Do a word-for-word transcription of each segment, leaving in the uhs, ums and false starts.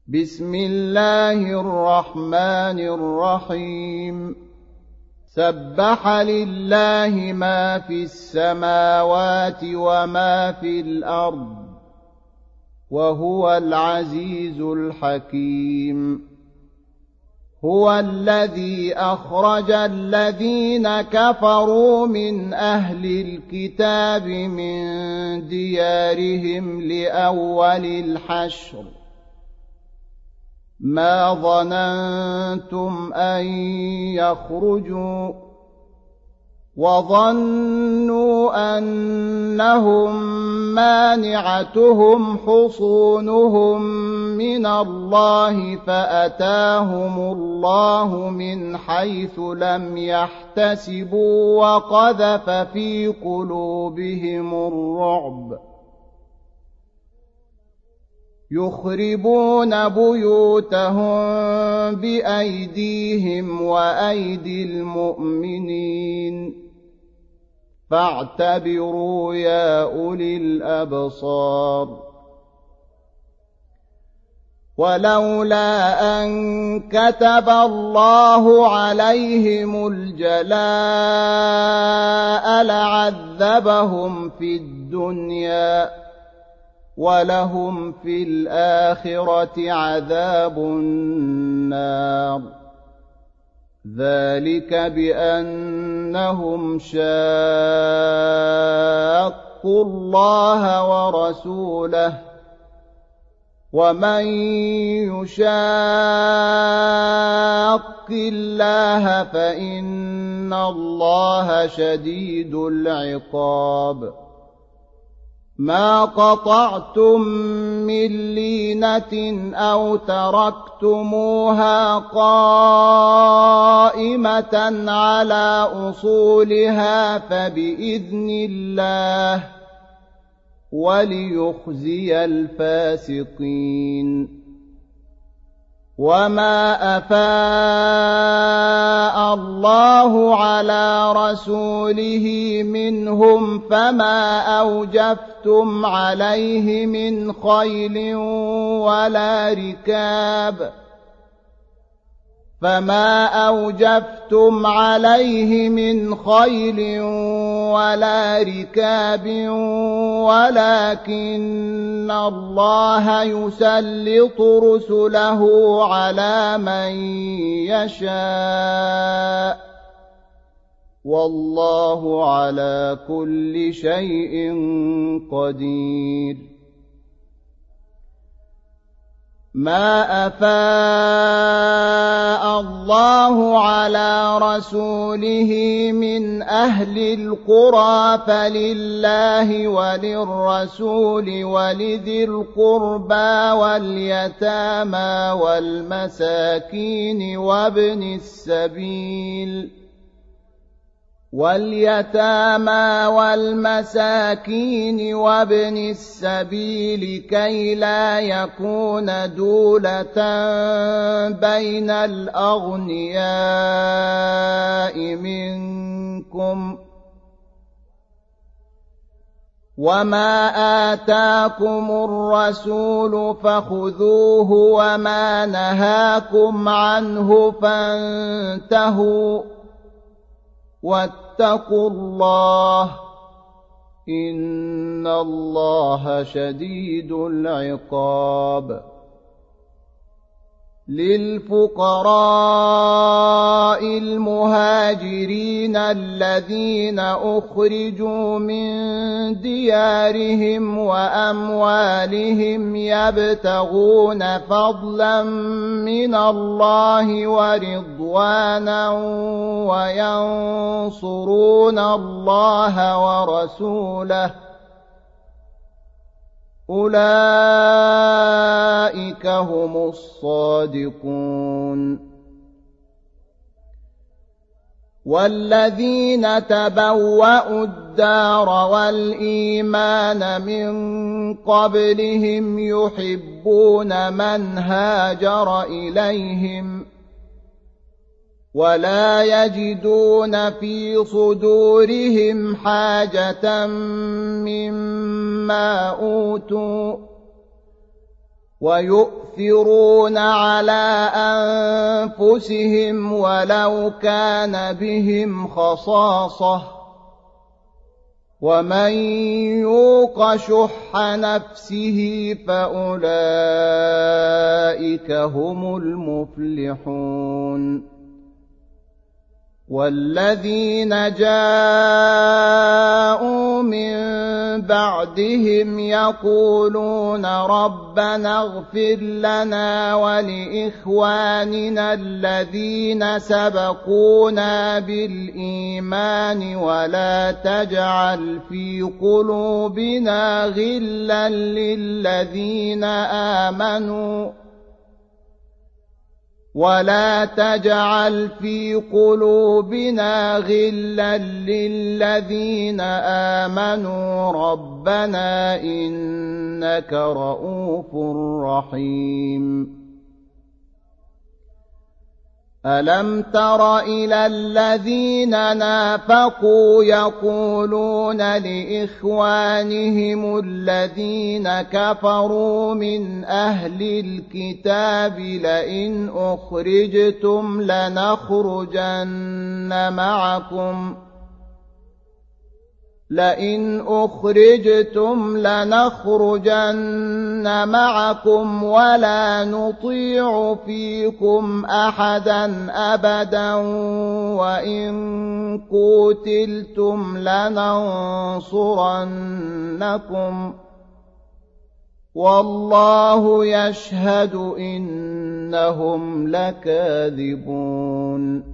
بسم الله الرحمن الرحيم سبح لله ما في السماوات وما في الأرض وهو العزيز الحكيم هو الذي أخرج الذين كفروا من أهل الكتاب من ديارهم لأول الحشر ما ظننتم أن يخرجوا وظنوا أنهم مانعتهم حصونهم من الله فأتاهم الله من حيث لم يحتسبوا وقذف في قلوبهم الرعب يخربون بيوتهم بأيديهم وأيدي المؤمنين فاعتبروا يا أولي الأبصار ولولا أن كتب الله عليهم الجلاء لعذبهم في الدنيا ولهم في الآخرة عذاب النار ذلك بأنهم شاقوا الله ورسوله ومن يشاق الله فإن الله شديد العقاب ما قطعتم من لينة أو تركتموها قائمة على أصولها فبإذن الله وليخزي الفاسقين وما أفاء الله على رسوله منهم فما أوجفتم عليه من خيل ولا ركاب فما أوجفتم عليه من خيل ولا ركاب ولكن الله يسلط رسله على من يشاء والله على كل شيء قدير ما أفاء الله على رسوله من أهل القرى فلله وللرسول ولذي القربى واليتامى والمساكين وابن السبيل واليتامى والمساكين وابن السبيل كي لا يكون دولة بين الأغنياء منكم وما آتاكم الرسول فخذوه وما نهاكم عنه فانتهوا واتقوا الله إن الله شديد العقاب للفقراء المهاجرين الذين أخرجوا من ديارهم وأموالهم يبتغون فضلا من الله ورضوانا وينصرون الله ورسوله أولئك هم الصادقون والذين تبوأوا الدار والإيمان من قبلهم يحبون من هاجر إليهم ولا يجدون في صدورهم حاجة مما أوتوا ويؤثرون على أنفسهم ولو كان بهم خصاصة ومن يوق شح نفسه فأولئك هم المفلحون والذين جاءوا من بعدهم يقولون ربنا اغفر لنا ولإخواننا الذين سبقونا بالإيمان ولا تجعل في قلوبنا غلا للذين آمنوا ولا تجعل في قلوبنا غلا للذين آمنوا ربنا إنك رؤوف رحيم ألم تر إلى الذين نافقوا يقولون لإخوانهم الذين كفروا من أهل الكتاب لئن أخرجتم لنخرجن معكم لئن أخرجتم لنخرجن معكم ولا نطيع فيكم أحدا أبدا وإن قتلتم لننصرنكم والله يشهد إنهم لكاذبون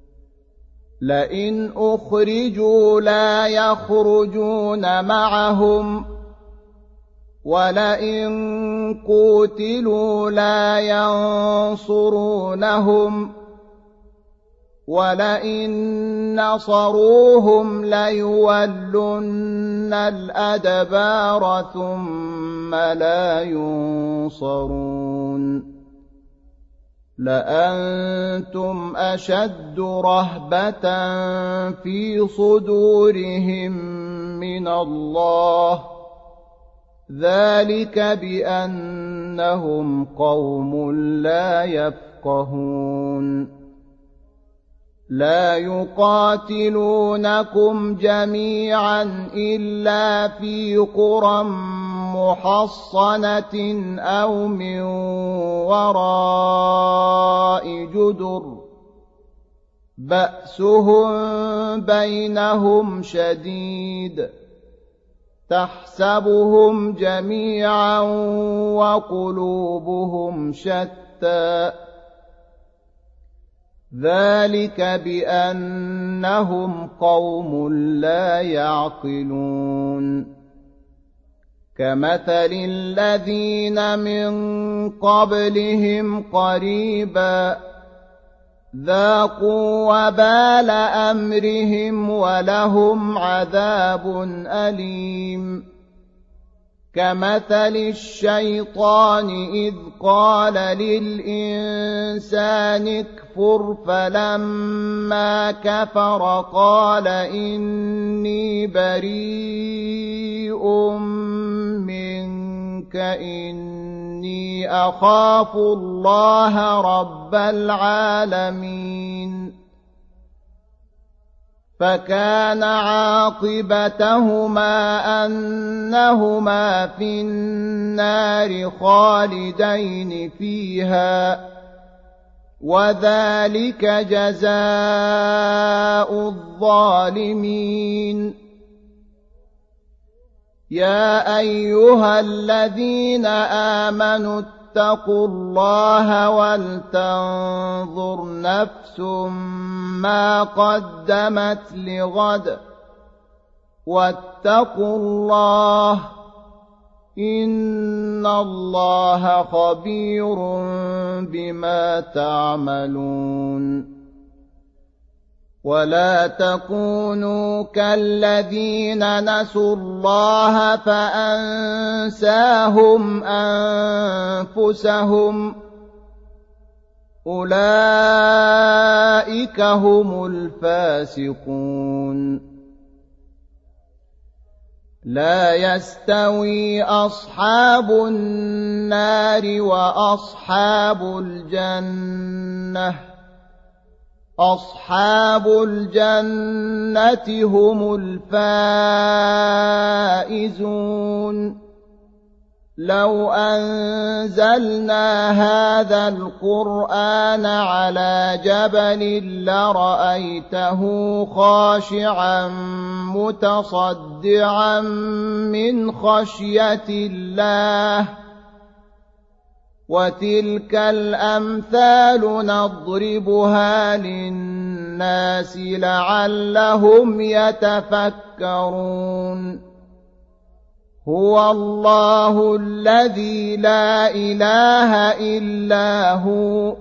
لئن أخرجوا لا يخرجون معهم ولئن قتلوا لا ينصرونهم ولئن نصروهم ليولن الأدبار ثم لا ينصرون لأنتم أشد رهبة في صدورهم من الله ذلك بأنهم قوم لا يفقهون لا يقاتلونكم جميعا إلا في قرى محصنة أو من وراء جدر بأسهم بينهم شديد تحسبهم جميعا وقلوبهم شتى ذلك بأنهم قوم لا يعقلون كمثل الذين من قبلهم قريبا ذاقوا وبال أمرهم ولهم عذاب أليم كمثل الشيطان إذ قال للإنسان اكفر فلما كفر قال إني بريء منك إني أخاف الله رب العالمين فكان عاقبتهما أنهما في النار خالدين فيها وذلك جزاء الظالمين يا أيها الذين آمنوا اتقوا الله ولتنظر نفس ما قدمت لغد واتقوا الله إن الله خبير بما تعملون ولا تكونوا كالذين نسوا الله فأنساهم أنفسهم أولئك هم الفاسقون لا يستوي أصحاب النار وأصحاب الجنة أصحاب الجنة هم الفائزون لو أنزلنا هذا القرآن على جبل لرأيته خاشعا متصدعا من خشية الله وتلك الأمثال نضربها للناس لعلهم يتفكرون هو الله الذي لا إله إلا هو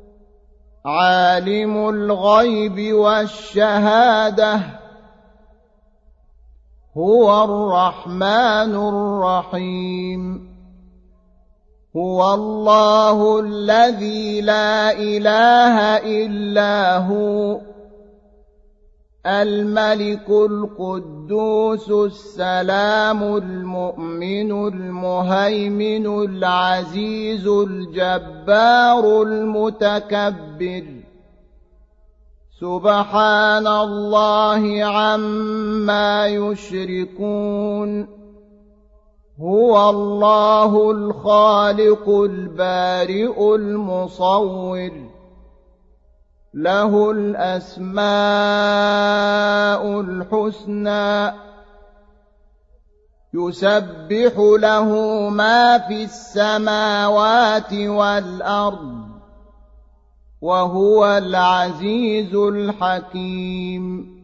عالم الغيب والشهادة هو الرحمن الرحيم هو الله الذي لا إله إلا هو الملك القدوس السلام المؤمن المهيمن العزيز الجبار المتكبر سبحان الله عما يشركون هو الله الخالق البارئ المصور له الأسماء الحسنى يسبح له ما في السماوات والأرض وهو العزيز الحكيم